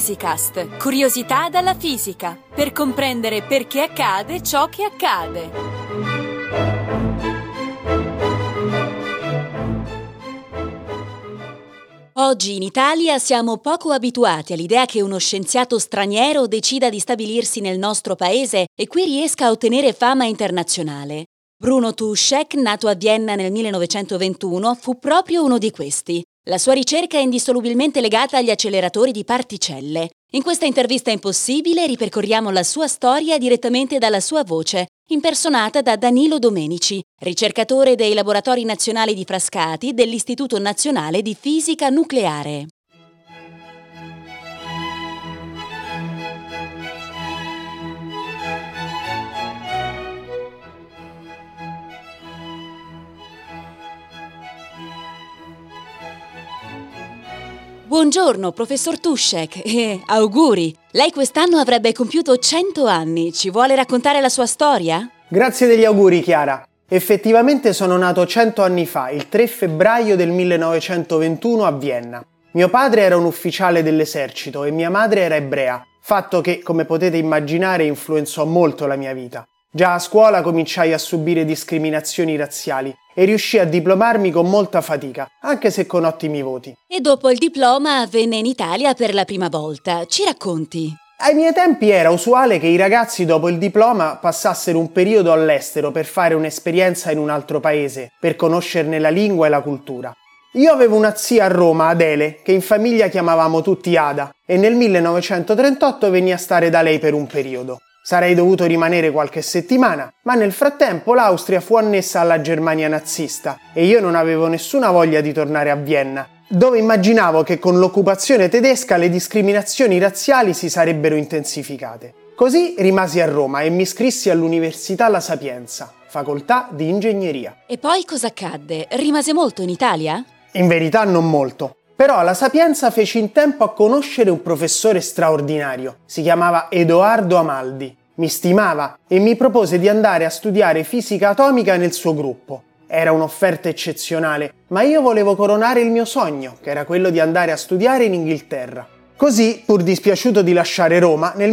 Fisicast, curiosità dalla fisica, per comprendere perché accade ciò che accade. Oggi in Italia siamo poco abituati all'idea che uno scienziato straniero decida di stabilirsi nel nostro paese e qui riesca a ottenere fama internazionale. Bruno Tušek, nato a Vienna nel 1921, fu proprio uno di questi. La sua ricerca è indissolubilmente legata agli acceleratori di particelle. In questa intervista impossibile ripercorriamo la sua storia direttamente dalla sua voce, impersonata da Danilo Domenici, ricercatore dei Laboratori Nazionali di Frascati dell'Istituto Nazionale di Fisica Nucleare. Buongiorno, professor Tušek, e auguri! Lei quest'anno avrebbe compiuto 100 anni. Ci vuole raccontare la sua storia? Grazie degli auguri, Chiara. Effettivamente sono nato 100 anni fa, il 3 febbraio del 1921 a Vienna. Mio padre era un ufficiale dell'esercito e mia madre era ebrea, fatto che, come potete immaginare, influenzò molto la mia vita. Già a scuola cominciai a subire discriminazioni razziali e riuscii a diplomarmi con molta fatica, anche se con ottimi voti. E dopo il diploma venne in Italia per la prima volta. Ci racconti? Ai miei tempi era usuale che i ragazzi dopo il diploma passassero un periodo all'estero per fare un'esperienza in un altro paese, per conoscerne la lingua e la cultura. Io avevo una zia a Roma, Adele, che in famiglia chiamavamo tutti Ada, e nel 1938 venni a stare da lei per un periodo. Sarei dovuto rimanere qualche settimana, ma nel frattempo l'Austria fu annessa alla Germania nazista e io non avevo nessuna voglia di tornare a Vienna, dove immaginavo che con l'occupazione tedesca le discriminazioni razziali si sarebbero intensificate. Così rimasi a Roma e mi iscrissi all'Università La Sapienza, facoltà di ingegneria. E poi cosa accadde? Rimase molto in Italia? In verità non molto. Però alla Sapienza feci in tempo a conoscere un professore straordinario. Si chiamava Edoardo Amaldi. Mi stimava e mi propose di andare a studiare fisica atomica nel suo gruppo. Era un'offerta eccezionale, ma io volevo coronare il mio sogno, che era quello di andare a studiare in Inghilterra. Così, pur dispiaciuto di lasciare Roma, nel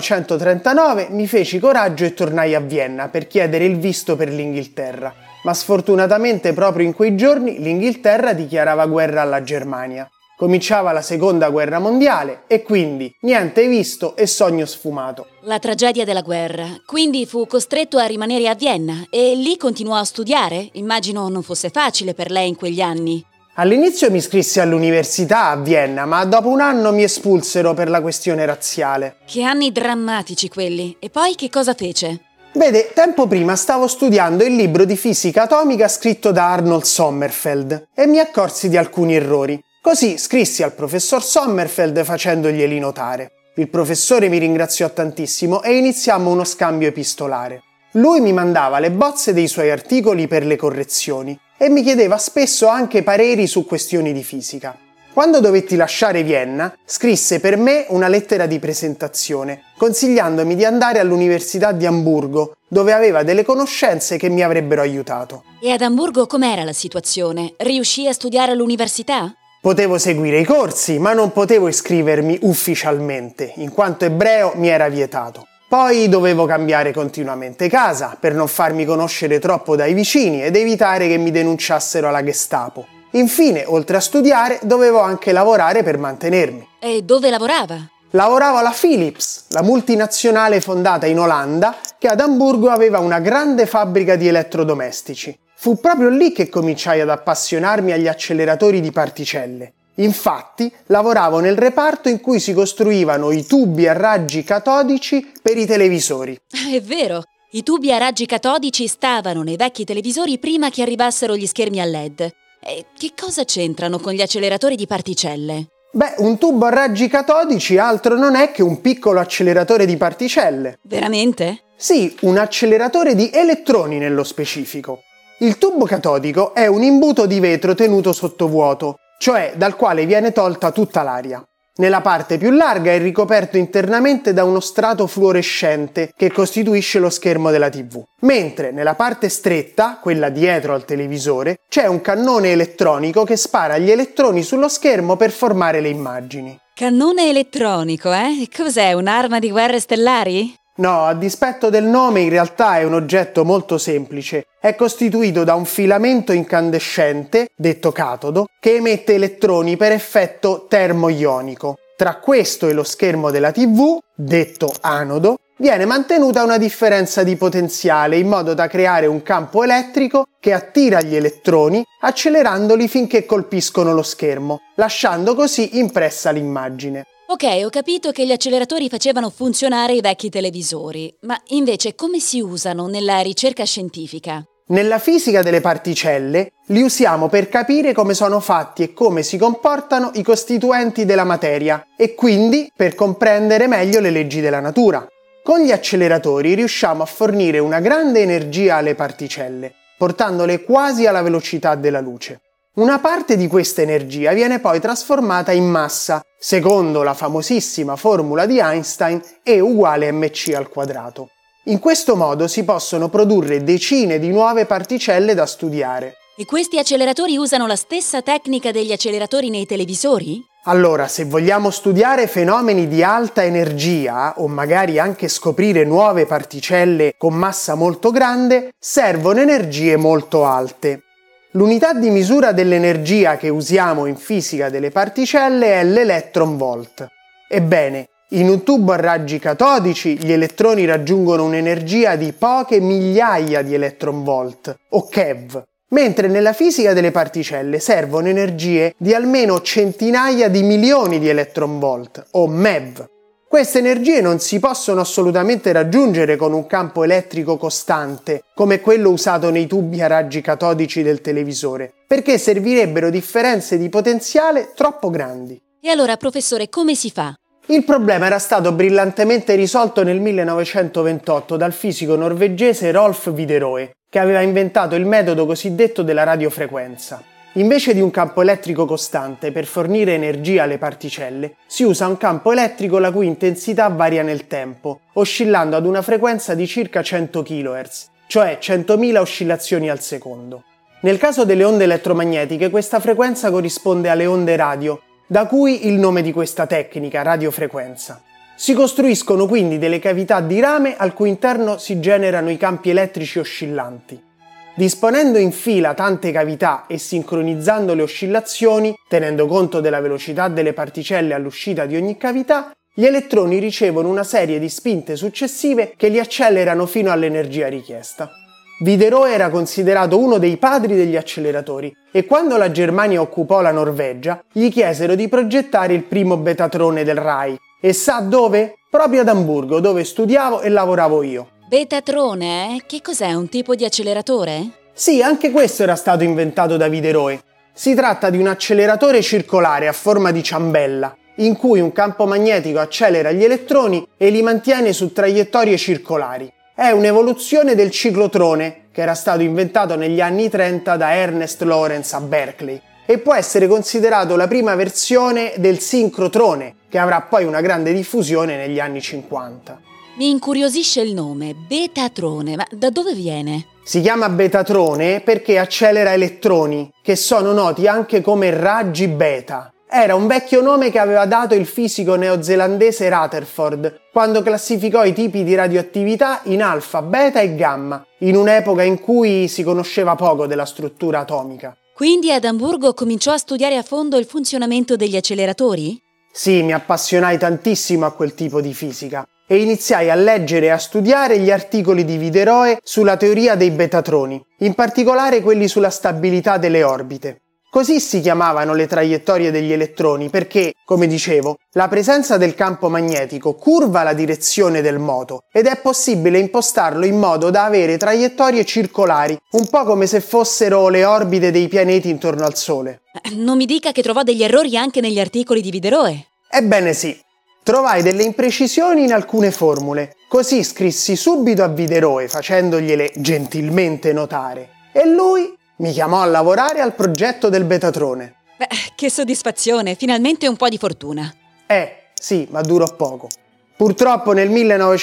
1939 mi feci coraggio e tornai a Vienna per chiedere il visto per l'Inghilterra. Ma sfortunatamente proprio in quei giorni l'Inghilterra dichiarava guerra alla Germania. Cominciava la seconda guerra mondiale e quindi niente visto e sogno sfumato. La tragedia della guerra. Quindi fu costretto a rimanere a Vienna e lì continuò a studiare? Immagino non fosse facile per lei in quegli anni. All'inizio mi iscrissi all'università a Vienna, ma dopo un anno mi espulsero per la questione razziale. Che anni drammatici quelli. E poi che cosa fece? Vede, tempo prima stavo studiando il libro di fisica atomica scritto da Arnold Sommerfeld e mi accorsi di alcuni errori. Così scrissi al professor Sommerfeld facendoglieli notare. Il professore mi ringraziò tantissimo e iniziammo uno scambio epistolare. Lui mi mandava le bozze dei suoi articoli per le correzioni e mi chiedeva spesso anche pareri su questioni di fisica. Quando dovetti lasciare Vienna, scrisse per me una lettera di presentazione, consigliandomi di andare all'Università di Amburgo, dove aveva delle conoscenze che mi avrebbero aiutato. E ad Amburgo com'era la situazione? Riuscì a studiare all'università? Potevo seguire i corsi, ma non potevo iscrivermi ufficialmente, in quanto ebreo mi era vietato. Poi dovevo cambiare continuamente casa, per non farmi conoscere troppo dai vicini ed evitare che mi denunciassero alla Gestapo. Infine, oltre a studiare, dovevo anche lavorare per mantenermi. E dove lavorava? Lavoravo alla Philips, la multinazionale fondata in Olanda che ad Amburgo aveva una grande fabbrica di elettrodomestici. Fu proprio lì che cominciai ad appassionarmi agli acceleratori di particelle. Infatti, lavoravo nel reparto in cui si costruivano i tubi a raggi catodici per i televisori. È vero, i tubi a raggi catodici stavano nei vecchi televisori prima che arrivassero gli schermi a LED. E che cosa c'entrano con gli acceleratori di particelle? Beh, un tubo a raggi catodici altro non è che un piccolo acceleratore di particelle. Veramente? Sì, un acceleratore di elettroni nello specifico. Il tubo catodico è un imbuto di vetro tenuto sottovuoto, cioè dal quale viene tolta tutta l'aria. Nella parte più larga è ricoperto internamente da uno strato fluorescente che costituisce lo schermo della TV, mentre nella parte stretta, quella dietro al televisore, c'è un cannone elettronico che spara gli elettroni sullo schermo per formare le immagini. Cannone elettronico, eh? Cos'è, un'arma di guerre stellari? No, a dispetto del nome, in realtà è un oggetto molto semplice. È costituito da un filamento incandescente, detto catodo, che emette elettroni per effetto termoionico. Tra questo e lo schermo della TV, detto anodo, viene mantenuta una differenza di potenziale in modo da creare un campo elettrico che attira gli elettroni, accelerandoli finché colpiscono lo schermo, lasciando così impressa l'immagine. Ok, ho capito che gli acceleratori facevano funzionare i vecchi televisori, ma invece come si usano nella ricerca scientifica? Nella fisica delle particelle li usiamo per capire come sono fatti e come si comportano i costituenti della materia e quindi per comprendere meglio le leggi della natura. Con gli acceleratori riusciamo a fornire una grande energia alle particelle, portandole quasi alla velocità della luce. Una parte di questa energia viene poi trasformata in massa, secondo la famosissima formula di Einstein E uguale mc al quadrato. In questo modo si possono produrre decine di nuove particelle da studiare. E questi acceleratori usano la stessa tecnica degli acceleratori nei televisori? Allora, se vogliamo studiare fenomeni di alta energia o magari anche scoprire nuove particelle con massa molto grande, servono energie molto alte. L'unità di misura dell'energia che usiamo in fisica delle particelle è l'electron volt. Ebbene, in un tubo a raggi catodici gli elettroni raggiungono un'energia di poche migliaia di electron volt, o keV, mentre nella fisica delle particelle servono energie di almeno centinaia di milioni di electron volt, o MeV. Queste energie non si possono assolutamente raggiungere con un campo elettrico costante, come quello usato nei tubi a raggi catodici del televisore, perché servirebbero differenze di potenziale troppo grandi. E allora, professore, come si fa? Il problema era stato brillantemente risolto nel 1928 dal fisico norvegese Rolf Widerøe, che aveva inventato il metodo cosiddetto della radiofrequenza. Invece di un campo elettrico costante per fornire energia alle particelle, si usa un campo elettrico la cui intensità varia nel tempo, oscillando ad una frequenza di circa 100 kHz, cioè 100.000 oscillazioni al secondo. Nel caso delle onde elettromagnetiche questa frequenza corrisponde alle onde radio, da cui il nome di questa tecnica, radiofrequenza. Si costruiscono quindi delle cavità di rame al cui interno si generano i campi elettrici oscillanti. Disponendo in fila tante cavità e sincronizzando le oscillazioni, tenendo conto della velocità delle particelle all'uscita di ogni cavità, gli elettroni ricevono una serie di spinte successive che li accelerano fino all'energia richiesta. Widerøe era considerato uno dei padri degli acceleratori e quando la Germania occupò la Norvegia gli chiesero di progettare il primo betatrone del RAI. E sa dove? Proprio ad Amburgo, dove studiavo e lavoravo io. Betatrone, eh? Che cos'è, un tipo di acceleratore? Sì, anche questo era stato inventato da Widerøe. Si tratta di un acceleratore circolare a forma di ciambella, in cui un campo magnetico accelera gli elettroni e li mantiene su traiettorie circolari. È un'evoluzione del ciclotrone, che era stato inventato negli anni 30 da Ernest Lawrence a Berkeley, e può essere considerato la prima versione del sincrotrone, che avrà poi una grande diffusione negli anni 50. Mi incuriosisce il nome, betatrone, ma da dove viene? Si chiama betatrone perché accelera elettroni, che sono noti anche come raggi beta. Era un vecchio nome che aveva dato il fisico neozelandese Rutherford, quando classificò i tipi di radioattività in alfa, beta e gamma, in un'epoca in cui si conosceva poco della struttura atomica. Quindi ad Amburgo cominciò a studiare a fondo il funzionamento degli acceleratori? Sì, mi appassionai tantissimo a quel tipo di fisica e iniziai a leggere e a studiare gli articoli di Widerøe sulla teoria dei betatroni, in particolare quelli sulla stabilità delle orbite. Così si chiamavano le traiettorie degli elettroni perché, come dicevo, la presenza del campo magnetico curva la direzione del moto ed è possibile impostarlo in modo da avere traiettorie circolari, un po' come se fossero le orbite dei pianeti intorno al Sole. Non mi dica che trovò degli errori anche negli articoli di Widerøe. Ebbene sì, trovai delle imprecisioni in alcune formule, così scrissi subito a Widerøe facendogliele gentilmente notare e lui mi chiamò a lavorare al progetto del betatrone. Beh, che soddisfazione, finalmente un po' di fortuna. Sì, ma durò poco. Purtroppo nel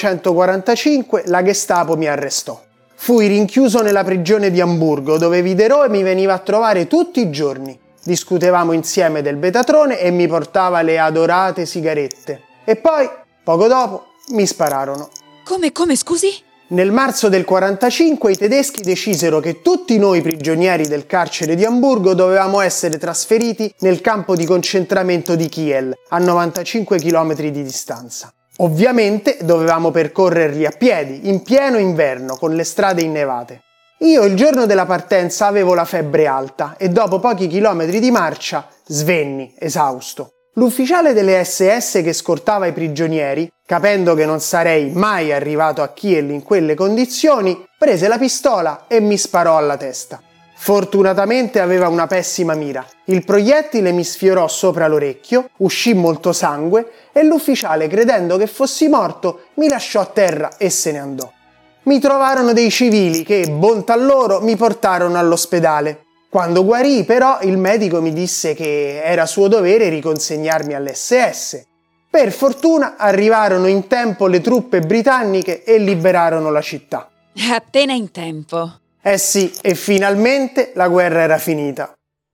1945 la Gestapo mi arrestò. Fui rinchiuso nella prigione di Amburgo, dove Widerøe mi veniva a trovare tutti i giorni. discutevamo insieme del Betatrone e mi portava le adorate sigarette. E poi, poco dopo, mi spararono. Come, scusi? Nel marzo del 1945 i tedeschi decisero che tutti noi prigionieri del carcere di Amburgo dovevamo essere trasferiti nel campo di concentramento di Kiel, a 95 km di distanza. Ovviamente dovevamo percorrerli a piedi, in pieno inverno, con le strade innevate. Io il giorno della partenza avevo la febbre alta e dopo pochi chilometri di marcia svenni, esausto. L'ufficiale delle SS che scortava i prigionieri, capendo che non sarei mai arrivato a Kiel in quelle condizioni, prese la pistola e mi sparò alla testa. Fortunatamente aveva una pessima mira. Il proiettile mi sfiorò sopra l'orecchio, uscì molto sangue e l'ufficiale, credendo che fossi morto, mi lasciò a terra e se ne andò. Mi trovarono dei civili che, bontà loro, mi portarono all'ospedale. Quando guarii, però, il medico mi disse che era suo dovere riconsegnarmi all'SS. Per fortuna arrivarono in tempo le truppe britanniche e liberarono la città. Appena in tempo. Eh sì, e finalmente la guerra era finita.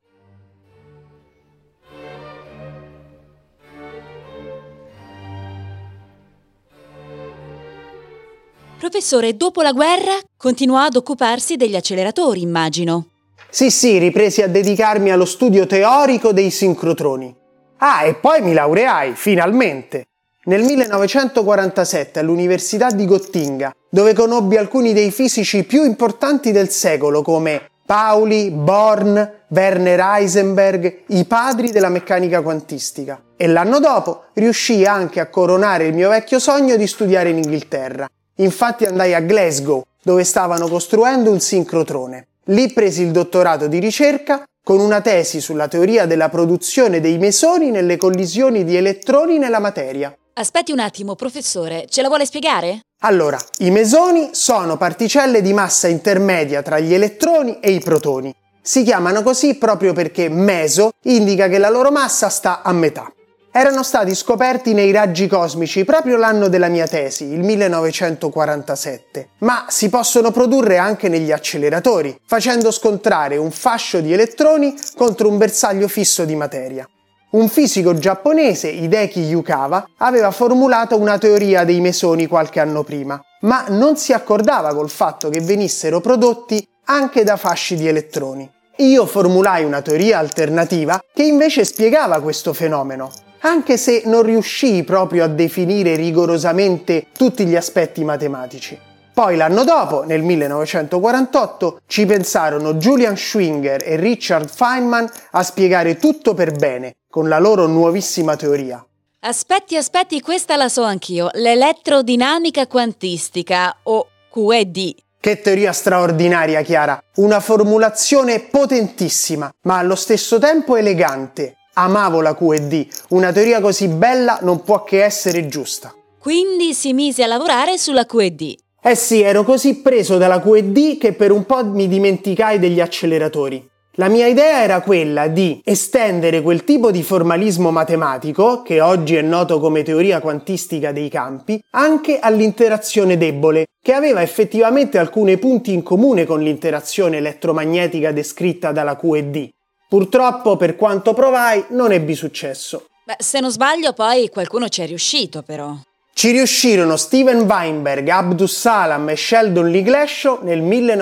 Professore, dopo la guerra continuò ad occuparsi degli acceleratori, immagino. Sì, ripresi a dedicarmi allo studio teorico dei sincrotroni. Ah, e poi mi laureai, finalmente! Nel 1947 all'Università di Gottinga, dove conobbi alcuni dei fisici più importanti del secolo come Pauli, Born, Werner Heisenberg, i padri della meccanica quantistica. E l'anno dopo riuscii anche a coronare il mio vecchio sogno di studiare in Inghilterra. Infatti andai a Glasgow, dove stavano costruendo un sincrotrone. Lì presi il dottorato di ricerca con una tesi sulla teoria della produzione dei mesoni nelle collisioni di elettroni nella materia. Aspetti un attimo, professore, ce la vuole spiegare? Allora, i mesoni sono particelle di massa intermedia tra gli elettroni e i protoni. Si chiamano così proprio perché meso indica che la loro massa sta a metà. Erano stati scoperti nei raggi cosmici proprio l'anno della mia tesi, il 1947, ma si possono produrre anche negli acceleratori, facendo scontrare un fascio di elettroni contro un bersaglio fisso di materia. Un fisico giapponese, Hideki Yukawa, aveva formulato una teoria dei mesoni qualche anno prima, ma non si accordava col fatto che venissero prodotti anche da fasci di elettroni. Io formulai una teoria alternativa che invece spiegava questo fenomeno, anche se non riuscii proprio a definire rigorosamente tutti gli aspetti matematici. Poi l'anno dopo, nel 1948, ci pensarono Julian Schwinger e Richard Feynman a spiegare tutto per bene, con la loro nuovissima teoria. Aspetti, questa la so anch'io. L'elettrodinamica quantistica, o QED. Che teoria straordinaria, Chiara! Una formulazione potentissima, ma allo stesso tempo elegante. Amavo la QED, una teoria così bella non può che essere giusta. Quindi si mise a lavorare sulla QED. Eh sì, ero così preso dalla QED che per un po' mi dimenticai degli acceleratori. La mia idea era quella di estendere quel tipo di formalismo matematico, che oggi è noto come teoria quantistica dei campi, anche all'interazione debole, che aveva effettivamente alcuni punti in comune con l'interazione elettromagnetica descritta dalla QED. Purtroppo, per quanto provai, non ebbi successo. Beh, se non sbaglio poi qualcuno ci è riuscito, però. Ci riuscirono Steven Weinberg, Abdus Salam e Sheldon Lee Glashow nel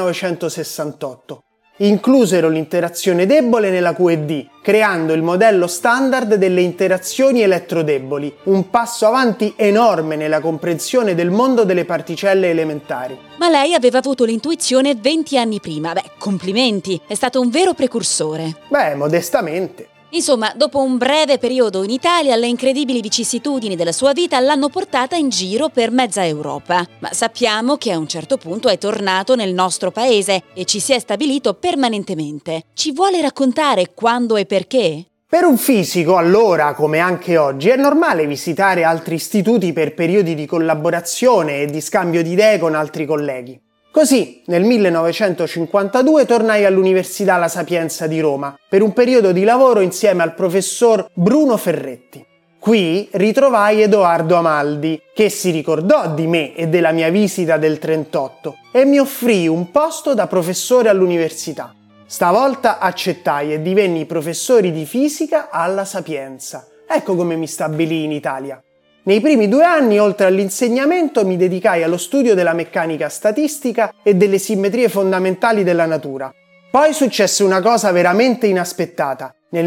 1968. Inclusero l'interazione debole nella QED, creando il modello standard delle interazioni elettrodeboli, un passo avanti enorme nella comprensione del mondo delle particelle elementari. Ma lei aveva avuto l'intuizione 20 anni prima. Beh, complimenti, è stato un vero precursore. Beh, modestamente. Insomma, dopo un breve periodo in Italia, le incredibili vicissitudini della sua vita l'hanno portata in giro per mezza Europa. Ma sappiamo che a un certo punto è tornato nel nostro paese e ci si è stabilito permanentemente. Ci vuole raccontare quando e perché? Per un fisico, allora, come anche oggi, è normale visitare altri istituti per periodi di collaborazione e di scambio di idee con altri colleghi. Così, nel 1952 tornai all'Università La Sapienza di Roma per un periodo di lavoro insieme al professor Bruno Ferretti. Qui ritrovai Edoardo Amaldi, che si ricordò di me e della mia visita del 1938 e mi offrì un posto da professore all'università. Stavolta accettai e divenni professore di fisica alla Sapienza. Ecco come mi stabilii in Italia. Nei primi 2 anni, oltre all'insegnamento, mi dedicai allo studio della meccanica statistica e delle simmetrie fondamentali della natura. Poi successe una cosa veramente inaspettata. Nel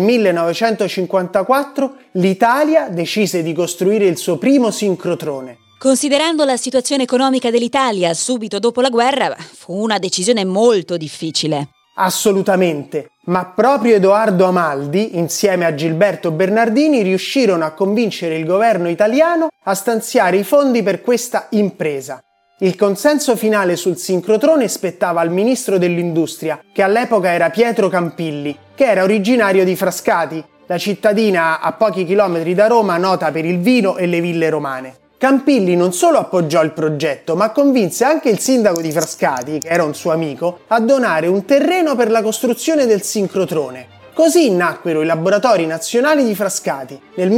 1954 l'Italia decise di costruire il suo primo sincrotrone. Considerando la situazione economica dell'Italia subito dopo la guerra, fu una decisione molto difficile. Assolutamente, ma proprio Edoardo Amaldi, insieme a Gilberto Bernardini, riuscirono a convincere il governo italiano a stanziare i fondi per questa impresa. Il consenso finale sul sincrotrone spettava al ministro dell'Industria, che all'epoca era Pietro Campilli, che era originario di Frascati, la cittadina a pochi chilometri da Roma nota per il vino e le ville romane. Campilli non solo appoggiò il progetto, ma convinse anche il sindaco di Frascati, che era un suo amico, a donare un terreno per la costruzione del sincrotrone. Così nacquero i laboratori nazionali di Frascati nel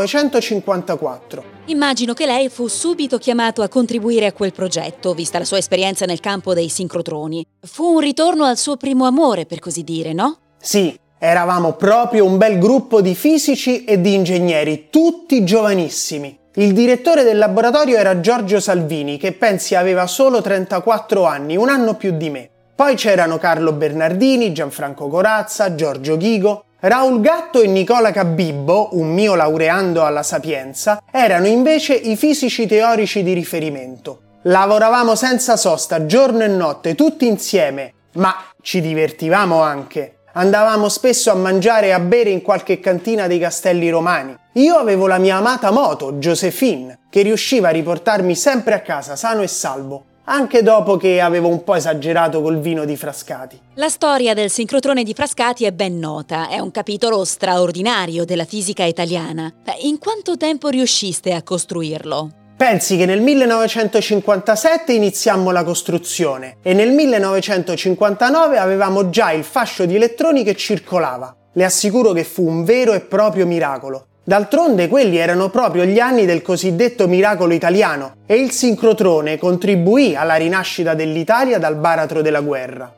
1954. Immagino che lei fu subito chiamato a contribuire a quel progetto, vista la sua esperienza nel campo dei sincrotroni. Fu un ritorno al suo primo amore, per così dire, no? Sì, eravamo proprio un bel gruppo di fisici e di ingegneri, tutti giovanissimi. Il direttore del laboratorio era Giorgio Salvini, che pensi aveva solo 34 anni, un anno più di me. Poi c'erano Carlo Bernardini, Gianfranco Corazza, Giorgio Ghigo. Raul Gatto e Nicola Cabibbo, un mio laureando alla Sapienza, erano invece i fisici teorici di riferimento. Lavoravamo senza sosta, giorno e notte, tutti insieme, ma ci divertivamo anche. Andavamo spesso a mangiare e a bere in qualche cantina dei Castelli Romani. Io avevo la mia amata moto, Josephine, che riusciva a riportarmi sempre a casa sano e salvo, anche dopo che avevo un po' esagerato col vino di Frascati. La storia del sincrotrone di Frascati è ben nota, è un capitolo straordinario della fisica italiana. In quanto tempo riusciste a costruirlo? Pensi che nel 1957 iniziammo la costruzione e nel 1959 avevamo già il fascio di elettroni che circolava. Le assicuro che fu un vero e proprio miracolo. D'altronde quelli erano proprio gli anni del cosiddetto miracolo italiano e il sincrotrone contribuì alla rinascita dell'Italia dal baratro della guerra.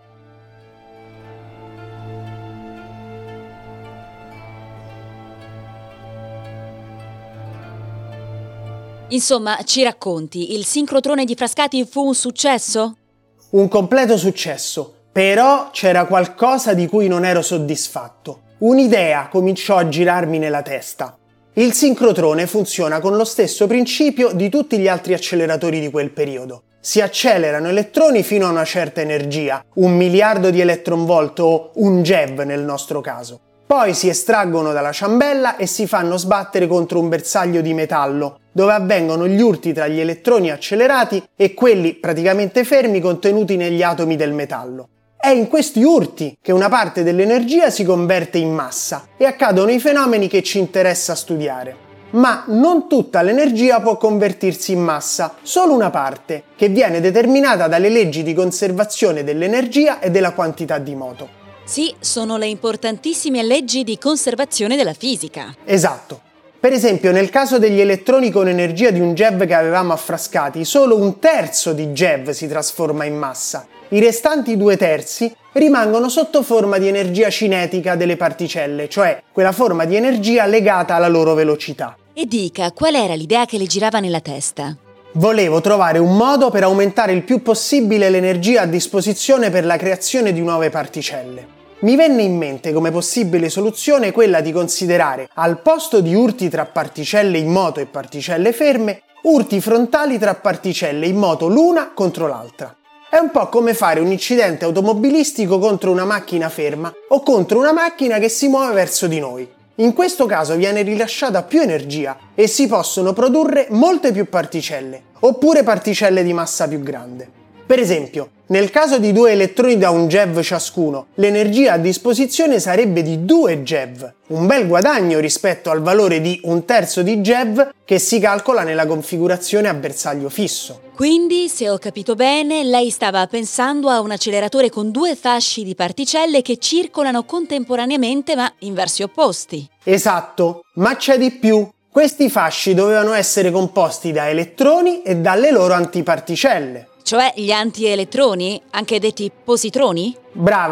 Insomma, ci racconti, il sincrotrone di Frascati fu un successo? Un completo successo, però c'era qualcosa di cui non ero soddisfatto. Un'idea cominciò a girarmi nella testa. Il sincrotrone funziona con lo stesso principio di tutti gli altri acceleratori di quel periodo. Si accelerano elettroni fino a una certa energia, 1 miliardo di elettronvolt o 1 GeV nel nostro caso. Poi si estraggono dalla ciambella e si fanno sbattere contro un bersaglio di metallo, dove avvengono gli urti tra gli elettroni accelerati e quelli praticamente fermi contenuti negli atomi del metallo. È in questi urti che una parte dell'energia si converte in massa e accadono i fenomeni che ci interessa studiare. Ma non tutta l'energia può convertirsi in massa, solo una parte, che viene determinata dalle leggi di conservazione dell'energia e della quantità di moto. Sì, sono le importantissime leggi di conservazione della fisica. Esatto. Per esempio, nel caso degli elettroni con energia di un GeV che avevamo a Frascati, solo 1/3 di GeV si trasforma in massa. I restanti 2/3 rimangono sotto forma di energia cinetica delle particelle, cioè quella forma di energia legata alla loro velocità. E dica, qual era l'idea che le girava nella testa? Volevo trovare un modo per aumentare il più possibile l'energia a disposizione per la creazione di nuove particelle. Mi venne in mente come possibile soluzione quella di considerare, al posto di urti tra particelle in moto e particelle ferme, urti frontali tra particelle in moto l'una contro l'altra. È un po' come fare un incidente automobilistico contro una macchina ferma o contro una macchina che si muove verso di noi. In questo caso viene rilasciata più energia e si possono produrre molte più particelle, oppure particelle di massa più grande. Per esempio, nel caso di 2 elettroni da 1 GeV ciascuno, l'energia a disposizione sarebbe di 2 GeV, un bel guadagno rispetto al valore di 1/3 di GeV che si calcola nella configurazione a bersaglio fisso. Quindi, se ho capito bene, lei stava pensando a un acceleratore con 2 fasci di particelle che circolano contemporaneamente ma in versi opposti. Esatto, ma c'è di più. Questi fasci dovevano essere composti da elettroni e dalle loro antiparticelle. Cioè gli antielettroni, anche detti positroni? Brava!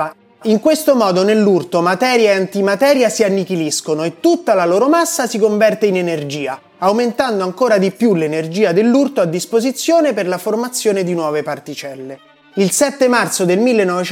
In questo modo nell'urto materia e antimateria si annichiliscono e tutta la loro massa si converte in energia, aumentando ancora di più l'energia dell'urto a disposizione per la formazione di nuove particelle. Il 7 marzo del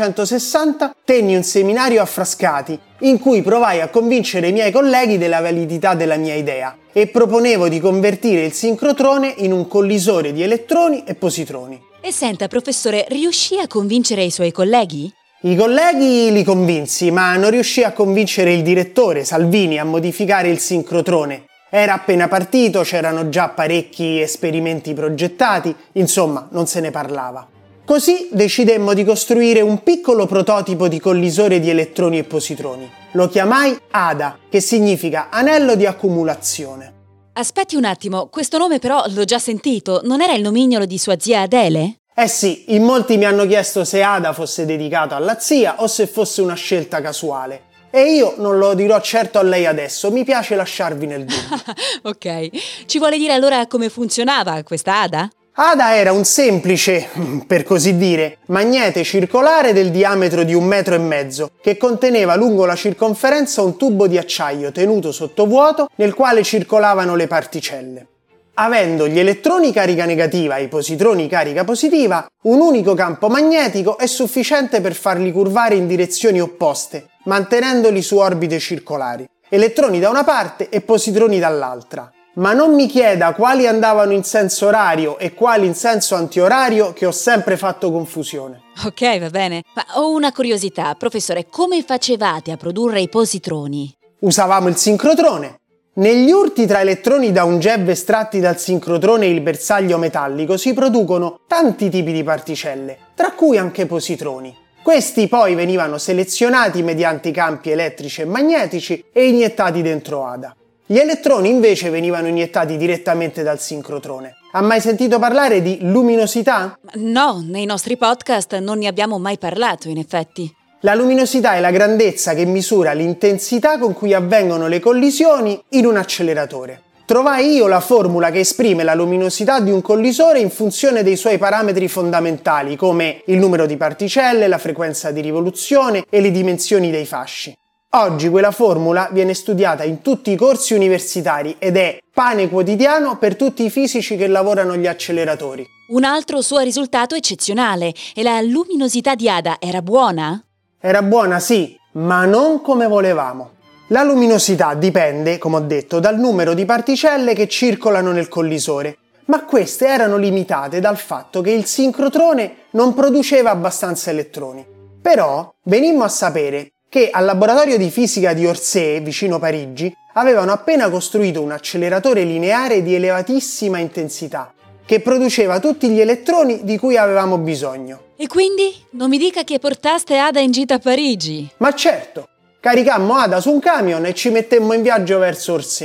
1960 tenni un seminario a Frascati, in cui provai a convincere i miei colleghi della validità della mia idea e proponevo di convertire il sincrotrone in un collisore di elettroni e positroni. E senta, professore, riuscì a convincere i suoi colleghi? I colleghi li convinsi, ma non riuscì a convincere il direttore, Salvini, a modificare il sincrotrone. Era appena partito, c'erano già parecchi esperimenti progettati, insomma, non se ne parlava. Così decidemmo di costruire un piccolo prototipo di collisore di elettroni e positroni. Lo chiamai ADA, che significa anello di accumulazione. Aspetti un attimo, questo nome però l'ho già sentito, non era il nomignolo di sua zia Adele? Eh sì, in molti mi hanno chiesto se Ada fosse dedicato alla zia o se fosse una scelta casuale. E io non lo dirò certo a lei adesso, mi piace lasciarvi nel dubbio. Ok, ci vuole dire allora come funzionava questa Ada? Ada era un semplice, per così dire, magnete circolare del diametro di 1,5 metri, che conteneva lungo la circonferenza un tubo di acciaio tenuto sottovuoto nel quale circolavano le particelle. Avendo gli elettroni carica negativa e i positroni carica positiva, un unico campo magnetico è sufficiente per farli curvare in direzioni opposte, mantenendoli su orbite circolari. Elettroni da una parte e positroni dall'altra. Ma non mi chieda quali andavano in senso orario e quali in senso antiorario, che ho sempre fatto confusione. Ok, va bene. Ma ho una curiosità, professore, come facevate a produrre i positroni? Usavamo il sincrotrone. Negli urti tra elettroni da un GeV estratti dal sincrotrone e il bersaglio metallico si producono tanti tipi di particelle, tra cui anche positroni. Questi poi venivano selezionati mediante campi elettrici e magnetici e iniettati dentro ADA. Gli elettroni invece venivano iniettati direttamente dal sincrotrone. Ha mai sentito parlare di luminosità? No, nei nostri podcast non ne abbiamo mai parlato, in effetti. La luminosità è la grandezza che misura l'intensità con cui avvengono le collisioni in un acceleratore. Trovai io la formula che esprime la luminosità di un collisore in funzione dei suoi parametri fondamentali, come il numero di particelle, la frequenza di rivoluzione e le dimensioni dei fasci. Oggi quella formula viene studiata in tutti i corsi universitari ed è pane quotidiano per tutti i fisici che lavorano agli acceleratori. Un altro suo risultato eccezionale, e la luminosità di Ada era buona? Era buona sì, ma non come volevamo. La luminosità dipende, come ho detto, dal numero di particelle che circolano nel collisore, ma queste erano limitate dal fatto che il sincrotrone non produceva abbastanza elettroni. Però venimmo a sapere che al laboratorio di fisica di Orsay, vicino Parigi, avevano appena costruito un acceleratore lineare di elevatissima intensità, che produceva tutti gli elettroni di cui avevamo bisogno. E quindi non mi dica che portaste Ada in gita a Parigi? Ma certo, caricammo Ada su un camion e ci mettemmo in viaggio verso Orsay.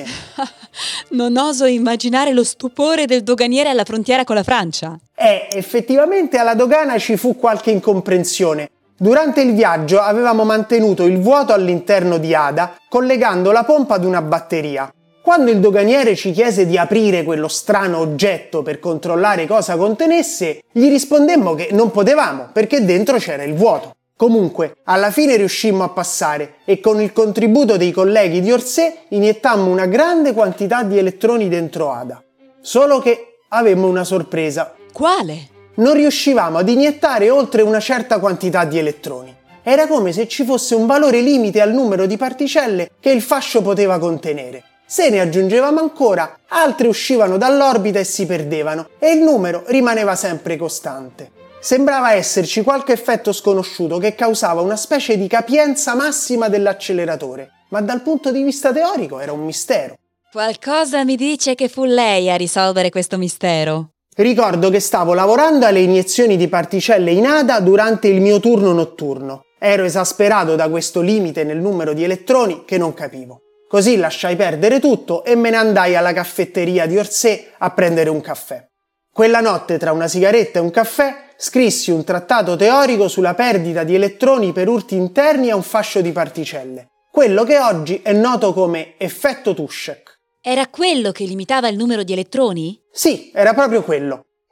Non oso immaginare lo stupore del doganiere alla frontiera con la Francia. Effettivamente alla dogana ci fu qualche incomprensione. Durante il viaggio avevamo mantenuto il vuoto all'interno di Ada, collegando la pompa ad una batteria. Quando il doganiere ci chiese di aprire quello strano oggetto per controllare cosa contenesse, gli rispondemmo che non potevamo perché dentro c'era il vuoto. Comunque, alla fine riuscimmo a passare e con il contributo dei colleghi di Orsay iniettammo una grande quantità di elettroni dentro Ada. Solo che avemmo una sorpresa. Quale? Non riuscivamo ad iniettare oltre una certa quantità di elettroni. Era come se ci fosse un valore limite al numero di particelle che il fascio poteva contenere. Se ne aggiungevamo ancora, altre uscivano dall'orbita e si perdevano, e il numero rimaneva sempre costante. Sembrava esserci qualche effetto sconosciuto che causava una specie di capienza massima dell'acceleratore, ma dal punto di vista teorico era un mistero. Qualcosa mi dice che fu lei a risolvere questo mistero. Ricordo che stavo lavorando alle iniezioni di particelle in Ada durante il mio turno notturno. Ero esasperato da questo limite nel numero di elettroni che non capivo. Così lasciai perdere tutto e me ne andai alla caffetteria di Orsay a prendere un caffè. Quella notte, tra una sigaretta e un caffè, scrissi un trattato teorico sulla perdita di elettroni per urti interni a un fascio di particelle. Quello che oggi è noto come effetto Tušek. Era quello che limitava il numero di elettroni? Sì, era proprio quello.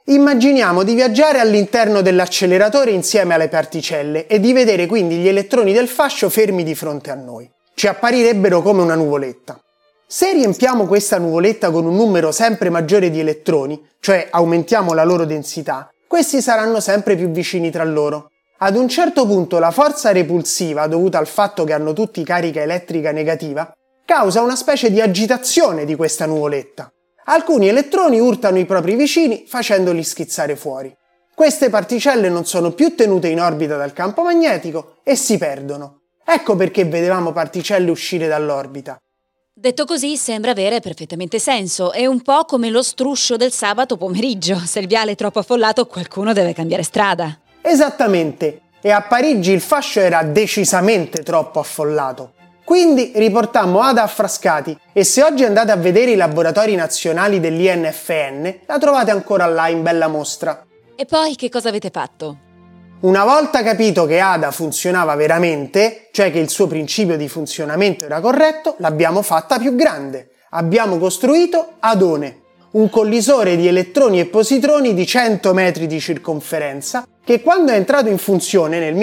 Immaginiamo di viaggiare all'interno dell'acceleratore insieme alle particelle e di vedere quindi gli elettroni del fascio fermi di fronte a noi. Ci apparirebbero come una nuvoletta. Se riempiamo questa nuvoletta con un numero sempre maggiore di elettroni, cioè aumentiamo la loro densità, questi saranno sempre più vicini tra loro. Ad un certo punto la forza repulsiva, dovuta al fatto che hanno tutti carica elettrica negativa, causa una specie di agitazione di questa nuvoletta. Alcuni elettroni urtano i propri vicini facendoli schizzare fuori. Queste particelle non sono più tenute in orbita dal campo magnetico e si perdono. Ecco perché vedevamo particelle uscire dall'orbita. Detto così sembra avere perfettamente senso, è un po' come lo struscio del sabato pomeriggio. Se il viale è troppo affollato qualcuno deve cambiare strada. Esattamente, e a Parigi il fascio era decisamente troppo affollato. Quindi riportammo Ada a Frascati e se oggi andate a vedere i laboratori nazionali dell'INFN la trovate ancora là in bella mostra. E poi che cosa avete fatto? Una volta capito che Ada funzionava veramente, cioè che il suo principio di funzionamento era corretto, l'abbiamo fatta più grande. Abbiamo costruito Adone, un collisore di elettroni e positroni di 100 metri di circonferenza che quando è entrato in funzione nel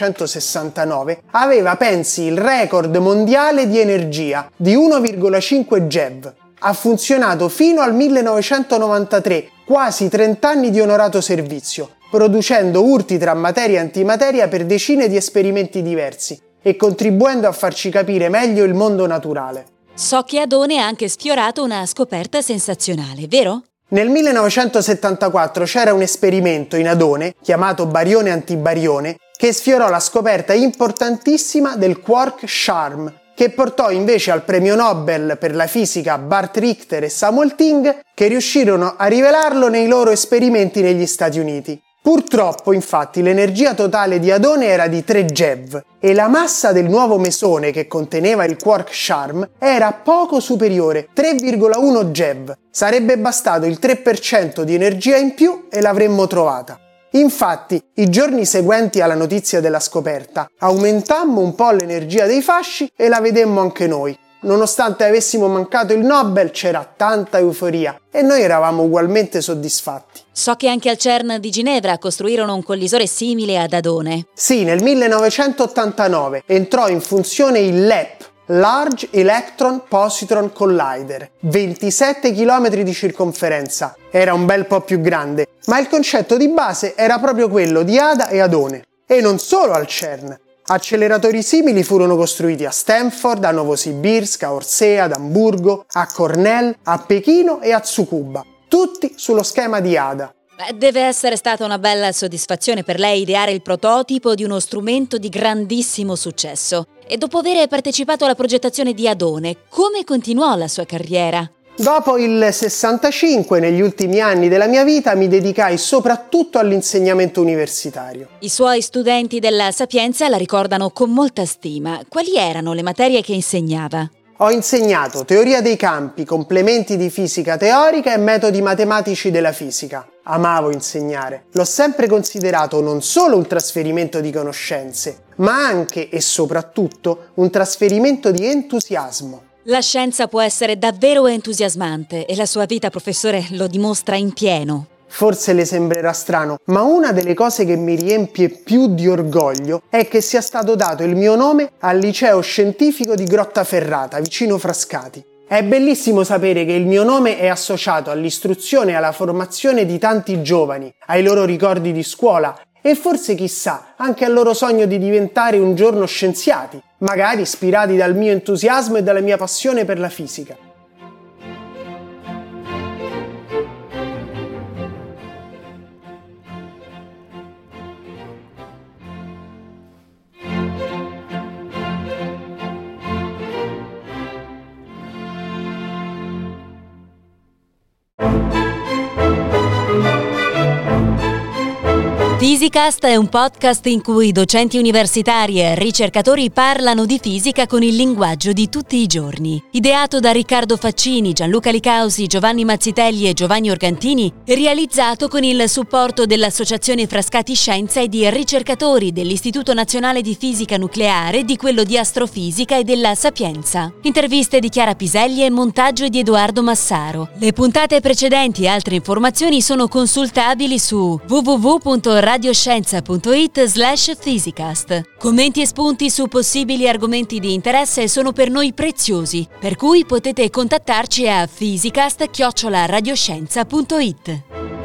1969 aveva, pensi, il record mondiale di energia di 1,5 GeV. Ha funzionato fino al 1993, quasi 30 anni di onorato servizio, producendo urti tra materia e antimateria per decine di esperimenti diversi e contribuendo a farci capire meglio il mondo naturale. So che Adone ha anche sfiorato una scoperta sensazionale, vero? Nel 1974 c'era un esperimento in Adone, chiamato barione antibarione, che sfiorò la scoperta importantissima del quark Charm, che portò invece al premio Nobel per la fisica Bart Richter e Samuel Ting, che riuscirono a rivelarlo nei loro esperimenti negli Stati Uniti. Purtroppo, infatti, l'energia totale di Adone era di 3 GeV e la massa del nuovo mesone che conteneva il quark Charm era poco superiore, 3,1 GeV. Sarebbe bastato il 3% di energia in più e l'avremmo trovata. Infatti, i giorni seguenti alla notizia della scoperta, aumentammo un po' l'energia dei fasci e la vedemmo anche noi. Nonostante avessimo mancato il Nobel, c'era tanta euforia e noi eravamo ugualmente soddisfatti. So che anche al CERN di Ginevra costruirono un collisore simile ad Adone. Sì, nel 1989 entrò in funzione il LEP, Large Electron Positron Collider, 27 km di circonferenza. Era un bel po' più grande, ma il concetto di base era proprio quello di Ada e Adone. E non solo al CERN. Acceleratori simili furono costruiti a Stanford, a Novosibirsk, a Orsay, ad Amburgo, a Cornell, a Pechino e a Tsukuba, tutti sullo schema di Ada. Deve essere stata una bella soddisfazione per lei ideare il prototipo di uno strumento di grandissimo successo. E dopo aver partecipato alla progettazione di Adone, come continuò la sua carriera? Dopo il 65, negli ultimi anni della mia vita, mi dedicai soprattutto all'insegnamento universitario. I suoi studenti della Sapienza la ricordano con molta stima. Quali erano le materie che insegnava? Ho insegnato teoria dei campi, complementi di fisica teorica e metodi matematici della fisica. Amavo insegnare. L'ho sempre considerato non solo un trasferimento di conoscenze, ma anche e soprattutto un trasferimento di entusiasmo. La scienza può essere davvero entusiasmante e la sua vita, professore, lo dimostra in pieno. Forse le sembrerà strano, ma una delle cose che mi riempie più di orgoglio è che sia stato dato il mio nome al liceo scientifico di Grottaferrata, vicino Frascati. È bellissimo sapere che il mio nome è associato all'istruzione e alla formazione di tanti giovani, ai loro ricordi di scuola e forse chissà anche al loro sogno di diventare un giorno scienziati, magari ispirati dal mio entusiasmo e dalla mia passione per la fisica. Ti Physicast è un podcast in cui docenti universitari e ricercatori parlano di fisica con il linguaggio di tutti i giorni. Ideato da Riccardo Faccini, Gianluca Licausi, Giovanni Mazzitelli e Giovanni Organtini, e realizzato con il supporto dell'Associazione Frascati Scienza e di ricercatori dell'Istituto Nazionale di Fisica Nucleare, di quello di Astrofisica e della Sapienza. Interviste di Chiara Piselli e montaggio di Edoardo Massaro. Le puntate precedenti e altre informazioni sono consultabili su www.radioscienza.it/Physicast. Commenti e spunti su possibili argomenti di interesse sono per noi preziosi, per cui potete contattarci a physicast@radioscienza.it.